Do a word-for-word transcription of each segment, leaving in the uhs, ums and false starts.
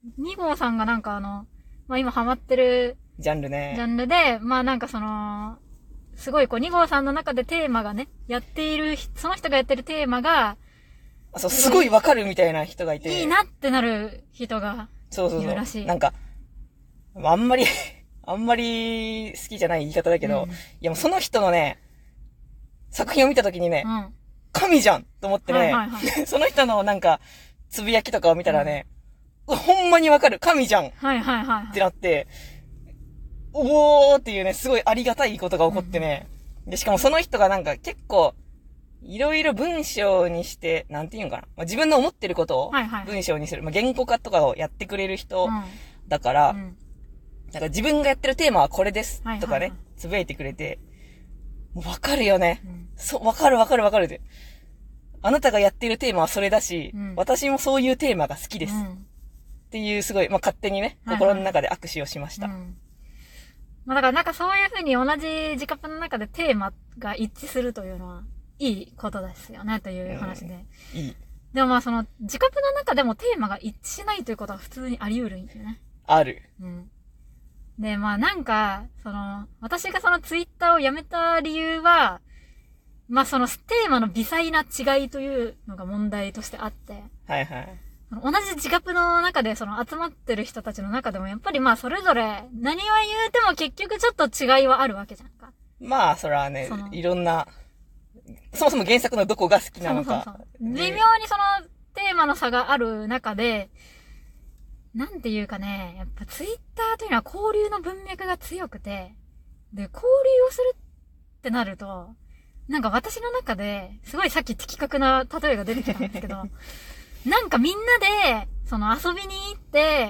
に号さんがなんかあの、まあ今ハマってるジャンルね。 ジャンルで、まあなんかその、すごいこうに号さんの中でテーマがね、やっている、その人がやってるテーマが、 あ、そう、すごいわかるみたいな人がいて。 いいなってなる人がそうそうそう。 いるらしい。 なんか、あんまり、あんまり好きじゃない言い方だけど、うん、いやもうその人のね、作品を見たときにね、うん、神じゃんと思ってね、はいはいはい、その人のなんか、つぶやきとかを見たらね、うん、ほんまにわかる、神じゃん、はいはいはい、ってなって、おーっていうね、すごいありがたいことが起こってね、うん、で、しかもその人がなんか結構、いろいろ文章にして、なんていうんかな、まあ、自分の思ってることを文章にする、はいはい、まあ、言語化とかをやってくれる人だから、うんうん、なんか自分がやってるテーマはこれですとかね、はいはいはい、つぶやいてくれて、もうわかるよね。うん、そう、わかるわかるわかるって。あなたがやってるテーマはそれだし、うん、私もそういうテーマが好きです。うん、っていうすごい、まあ、勝手にね、はいはい、心の中で握手をしました。うん、 まあ、だからなんかそういうふうに同じ自覚の中でテーマが一致するというのは、いいことですよね、という話で。 うん、いい。 でもまあその、自覚の中でもテーマが一致しないということは普通にあり得るんですよね。 ある。 うん。で、まあなんか、その、私がそのツイッターをやめた理由は、まあそのテーマの微細な違いというのが問題としてあって。 はいはい。 同じ自覚の中でその集まってる人たちの中でもやっぱりまあそれぞれ何を言うても結局ちょっと違いはあるわけじゃんか。 まあそれはね、いろんな、そもそも原作のどこが好きなのか。 そうそうそう。微妙にそのテーマの差がある中で、なんていうかね、やっぱツイッターというのは交流の文脈が強くて、で、交流をするってなると、なんか私の中で、すごいさっき的確な例えが出てきたんですけど、なんかみんなで、その遊びに行って、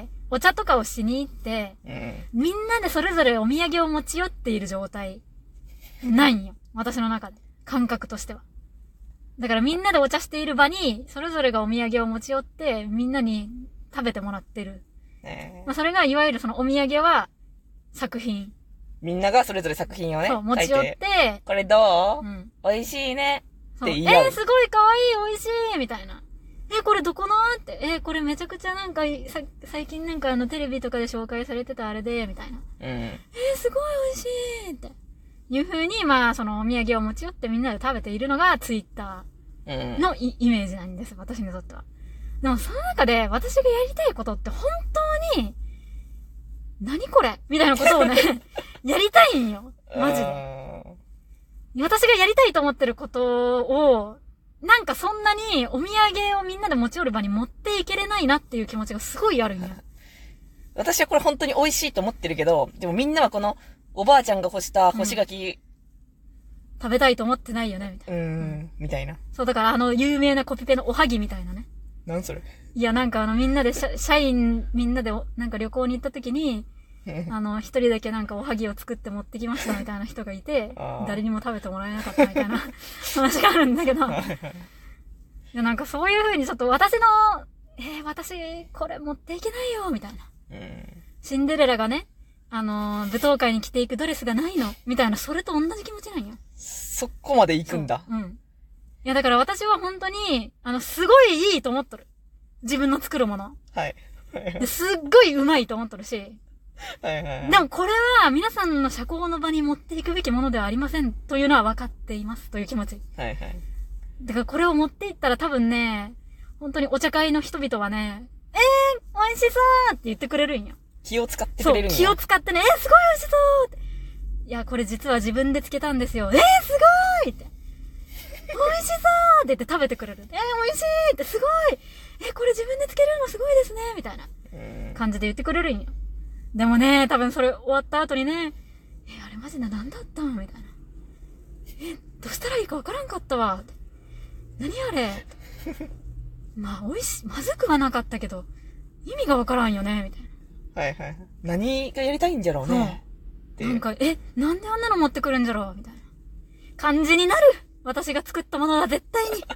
お茶とかをしに行って、うん、みんなでそれぞれお土産を持ち寄っている状態、ないんよ。私の中で。感覚としては。だからみんなでお茶している場に、それぞれがお土産を持ち寄って、みんなに食べてもらってる。えー、まあ、それがいわゆるそのお土産は作品。 みんながそれぞれ作品をね。 そう、持ち寄って、 これどう、うん、美味しいね。って言い合う。 えー、すごい可愛い、美味しいみたいな。えー、これどこのって。えー、これめちゃくちゃなんか、さ、最近なんかあのテレビとかで紹介されてたあれで、みたいな。うん。えー、すごい美味しいって。いう風に、まあ、そのお土産を持ち寄ってみんなで食べているのがツイッターのイ、うん、イメージなんです。私にとっては。でもその中で私がやりたいことって本当に、何これみたいなことをね、やりたいんよ。マジで。私がやりたいと思ってることを、なんかそんなにお土産をみんなで持ち寄る場に持っていけれないなっていう気持ちがすごいあるんよ。 私はこれ本当に美味しいと思ってるけど、でもみんなはこの、おばあちゃんが干した干し柿、うん、 食べたいと思ってないよねみたいな。 うーん、みたいな。 そう、だからあの有名なコピペのおはぎみたいなね。 なんそれ？ いや、なんかあのみんなで社、社員みんなでなんか旅行に行った時に、あの一人だけなんかおはぎを作って持ってきましたみたいな人がいて、誰にも食べてもらえなかったみたいな話があるんだけど。いや、なんかそういう風にちょっと私の、えー、私これ持っていけないよみたいな。うん、シンデレラがね、あのー、舞踏会に着ていくドレスがないのみたいな、それと同じ気持ちなんよ。 そこまで行くんだ。 うん。いや、だから私は本当に、あの、すごいいいと思っとる。自分の作るもの。 はい。 ですっごい上手いと思っとるし。 はいはいはい。 でもこれは皆さんの社交の場に持っていくべきものではありませんというのは分かっていますという気持ち。 はいはい。 だからこれを持っていったら多分ね、本当にお茶会の人々はね、えー、美味しそうって言ってくれるんよ。 気を使ってくれるんや。 そう、気を使ってね、えー、すごい美味しそうって。いや、これ実は自分でつけたんですよ。えー、すごいって。美味しそうって言って食べてくれる。えー、美味しいってすごい。えー、これ自分でつけるのすごいですね。みたいな感じで言ってくれるんよ。でもね、多分それ終わった後にね、えー、あれマジで何だったんみたいな。えー、どうしたらいいかわからんかったわ。何あれまあ、美味しい、まずくはなかったけど、意味がわからんよね。みたいな。 はいはい。何がやりたいんじゃろうね。 うん、なんか、え、なんであんなの持ってくるんじゃろうみたいな感じになる。私が作ったものは絶対に。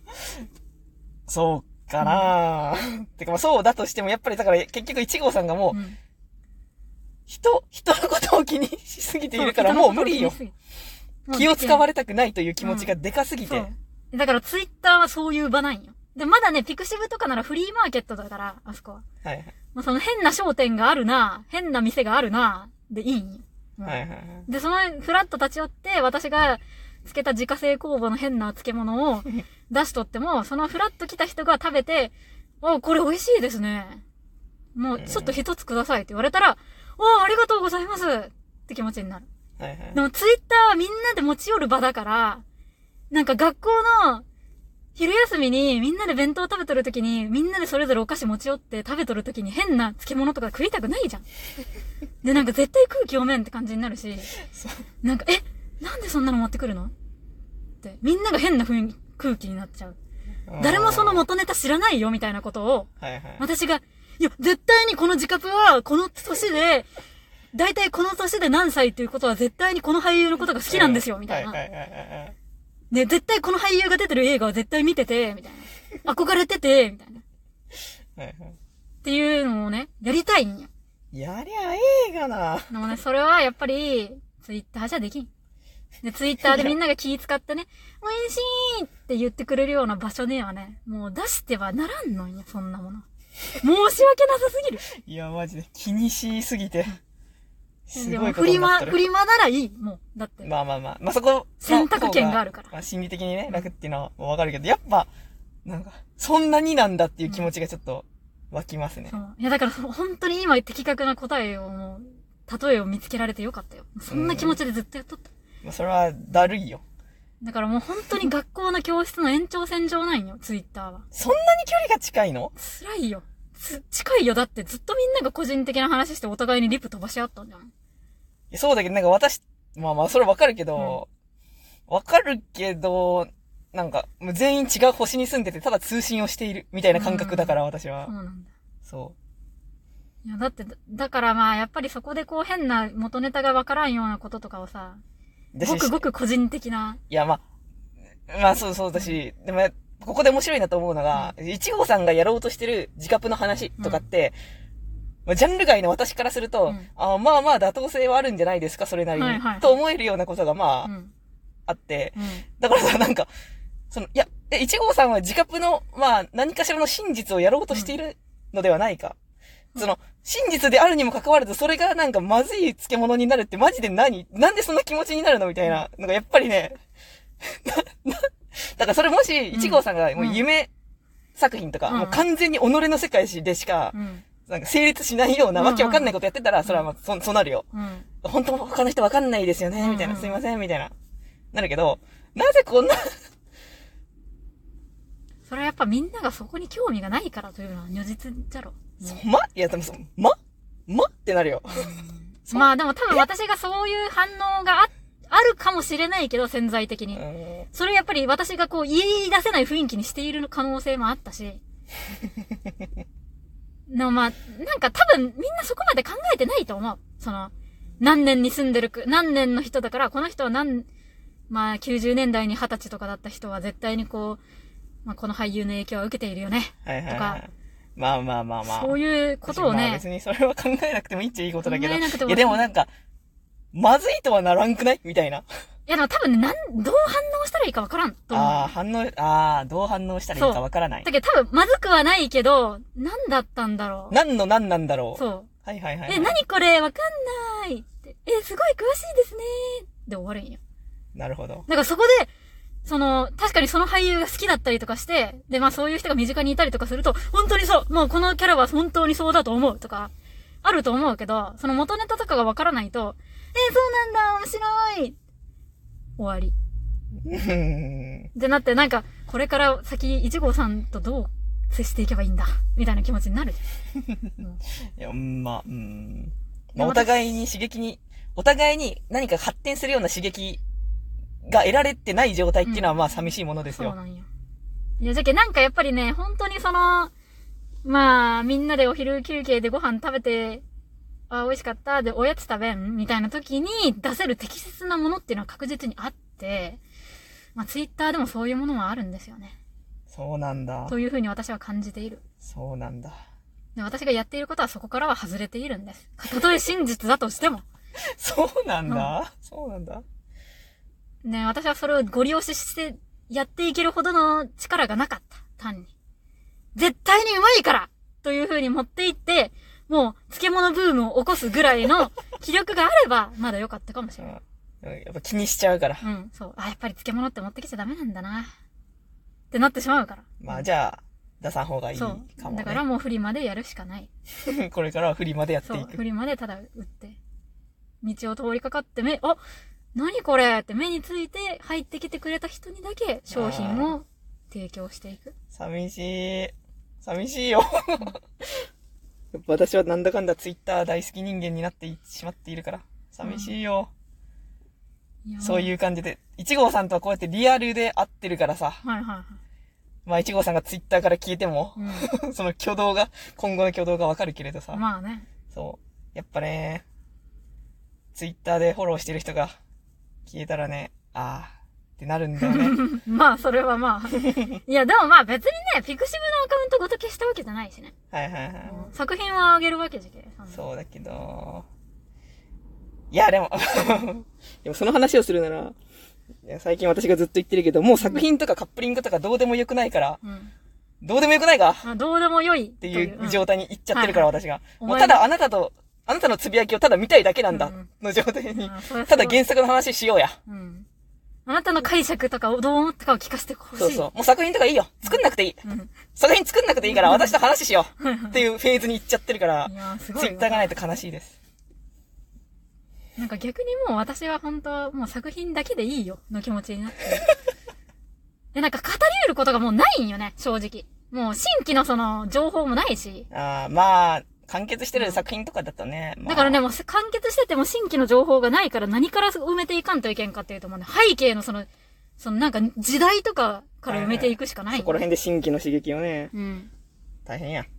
そうかなぁ、うん。てかまあそうだとしても、やっぱりだから結局いち号さんがもう、うん、人、人のことを気にしすぎているからもう無理よ。気を使われたくないという気持ちがでかすぎて。 うん、だからツイッターはそういう場なんよ。で、まだね、ピクシブとかならフリーマーケットだから、あそこは。 はいはい。 まあ、その変な商店があるな、変な店があるな、でいいんよ。 はいはいはい。 で、そのフラッと立ち寄って、私がつけた自家製酵母の変な漬物を出しとっても、そのフラッと来た人が食べて、あ、これ美味しいですね。もう、ちょっと一つくださいって言われたら、おありがとうございますって気持ちになる。 はいはい。 でもツイッターはみんなで持ち寄る場だから、なんか学校の昼休みにみんなで弁当食べとるときに、みんなでそれぞれお菓子持ち寄って食べとるときに変な漬物とか食いたくないじゃん。で、なんか絶対空気読めんって感じになるし、なんか、え、なんでそんなの持ってくるのって、みんなが変な雰囲気空気になっちゃう。誰もその元ネタ知らないよみたいなことを、はいはい、私が、いや、絶対にこの自覚はこの年で、だいたいこの年で何歳っていうことは絶対にこの俳優のことが好きなんですよ、みたいな。ね、絶対この俳優が出てる映画は絶対見てて、みたいな。憧れてて、みたいな。はいはい。っていうのをね、やりたいんや。 やりゃええがな。 でもね、それはやっぱり、ツイッターじゃできん。で、ツイッターでみんなが気使ってね、美味しいって言ってくれるような場所にはね、もう出してはならんのんや、そんなもの。申し訳なさすぎる。 いや、マジで気にしすぎて。 すごいことになってる。でも、フリマ、フリマならいい。もう、だって。 まあまあまあ。まあそこ、 選択権があるから。 まあ心理的にね、楽っていうのはわかるけど、やっぱ、なんか、そんなになんだっていう気持ちがちょっと湧きますね。 うん、そう。いや、だから本当に今的確な答えをもう、例えを見つけられてよかったよ。そんな気持ちでずっとやっとった。 まあそれは、だるいよ。 だからもう本当に学校の教室の延長線上なんよ、ツイッターは。 そんなに距離が近いの？ 辛いよ。つ、近いよ。だってずっとみんなが個人的な話してお互いにリプ飛ばし合ったんじゃん。 そうだけど、なんか私、まあまあ、それわかるけど、わ、うん、かるけど、なんか、もう全員違う星に住んでて、ただ通信をしている、みたいな感覚だから、うん、私は。 そうなんだ。 そう。 いや、だって、だからまあ、やっぱりそこでこう変な元ネタがわからんようなこととかをさ、ごくごく個人的な。 いや、まあ、まあそうそうだし、うん、でも、ここで面白いなと思うのが、いちごうさんがやろうとしてる自覚の話とかって、うん、ジャンル外の私からすると、うん、あまあまあ妥当性はあるんじゃないですか、それなりに。はいはい、と思えるようなことがまあ、うん、あって、うん、だからさ、なんか、その、いや、え、いちごうさんは自覚の、まあ、何かしらの真実をやろうとしているのではないか。うん、その、真実であるにもかかわらず、それがなんかまずい漬物になるってマジで何？なんでそんな気持ちになるのみたいな。なんかやっぱりね、な、な、だからそれもし、いちごうさんがもう夢作品とか、うん、もう完全に己の世界でしか、うんなんか成立しないようなわけわかんないことやってたら、それはまあ、そ、そうなるよ。うん。本当他の人わかんないですよね、みたいな、すいません、みたいな。なるけど、なぜこんなそれはやっぱみんながそこに興味がないからというのは如実じゃろ。 そ、まいや、でもそ、ままってなるよ。 まあでも多分私がそういう反応があ、あるかもしれないけど、潜在的に。それやっぱり私がこう言い出せない雰囲気にしている可能性もあったし。の、まあ、なんか多分みんなそこまで考えてないと思う。その、何年に住んでるく、何年の人だから、この人は何、まあきゅうじゅうねんだいにはたちとかだった人は絶対にこう、まあこの俳優の影響を受けているよね。はいはいはい、とか。 まあまあまあまあ。 そういうことをね。まあ別にそれは考えなくてもいいっちゃいいことだけど。考えなくてもいやでもなんか、まずいとはならんくないみたいな。 いやでも多分ね、なん、どう反応したらいいかわからんと思う。 ああ、反応、ああ、どう反応したらいいかわからない。 だけど多分まずくはないけど、何だったんだろう。 何の何なんだろう。 そう。 はいはいはい、はい。 え、何これわかんないって。え、すごい詳しいですねで終わるんよ。 なるほど。 だからそこで、その、確かにその俳優が好きだったりとかして、で、まあそういう人が身近にいたりとかすると、本当にそう、もうこのキャラは本当にそうだと思うとか、あると思うけど、その元ネタとかがわからないと、えー、そうなんだ、面白い終わり。でなって、なんか、これから先、いちごうさんとどう接していけばいいんだ、みたいな気持ちになる。 うん、いや、まあ、うん。まあ、お互いに刺激に、お互いに何か発展するような刺激が得られてない状態っていうのは、まあ、寂しいものですよ。 そうなんよ。いや、じゃけなんかやっぱりね、本当にその、まあ、みんなでお昼休憩でご飯食べて、あ、美味しかった。で、おやつ食べんみたいな時に出せる適切なものっていうのは確実にあって、まあ、ツイッターでもそういうものはあるんですよね。 そうなんだ。 というふうに私は感じている。 そうなんだ。 で、私がやっていることはそこからは外れているんです。たとえ真実だとしても。 そうなんだ、うん、そうなんだ。 ね、私はそれをご利用ししてやっていけるほどの力がなかった。単に。絶対にうまいからという風に持っていって、 もう漬物ブームを起こすぐらいの気力があれば、まだ良かったかもしれない。 うん、やっぱ気にしちゃうから。 うん、そう。あ、やっぱり漬物って持ってきちゃダメなんだな。ってなってしまうから。 まあじゃあ、出さん方がいいかもね。 そう。だからもうフリマでやるしかない。 これからはフリマでやっていく。 そう、フリマでただ売って。道を通りかかって目、あ、何これって目について入ってきてくれた人にだけ商品を提供していく。 寂しい。寂しいよ。やっぱ私はなんだかんだツイッター大好き人間になってしまっているから。寂しいよ。うん、そういう感じで。一号さんとはこうやってリアルで会ってるからさ。 はいはいはい。 まあ一号さんがツイッターから消えても、うん、その挙動が、今後の挙動がわかるけれどさ。 まあね。 そう。やっぱね、ツイッターでフォローしてる人が消えたらね、あーってなるんだよね。 まあ、それはまあ。いや、でもまあ別にね、ピクシブのアカウントごと消したわけじゃないしね。 はいはいはい。 うん、作品はあげるわけじゃけ。 そうだけど、いやでも、でもその話をするなら、いや最近私がずっと言ってるけど、もう作品とかカップリングとかどうでもよくないから、うん、どうでもよくないかあどうでもよいっていう状態に行っちゃってるから、うん、私が。もうただあなたと、あなたのつぶやきをただ見たいだけなんだ、の状態に、うん、ただ原作の話しようや。うん、 あなたの解釈とかをどう思ったかを聞かせてほしい。 そうそう。もう作品とかいいよ。作んなくていい。うん、作品作んなくていいから私と話しよう。っていうフェーズに行っちゃってるから、ツイッターがないと悲しいです。 なんか逆にもう私は本当もう作品だけでいいよの気持ちになって。で、なんか語り得ることがもうないんよね、正直。もう新規のその情報もないし。 ああ、まあ、完結してる作品とかだとね。 まあ、だからね、もう完結してても新規の情報がないから何から埋めていかんといけんかっていうともうね、背景のその、そのなんか時代とかから埋めていくしかない。はいはい、 そこら辺で新規の刺激をね。うん。大変や。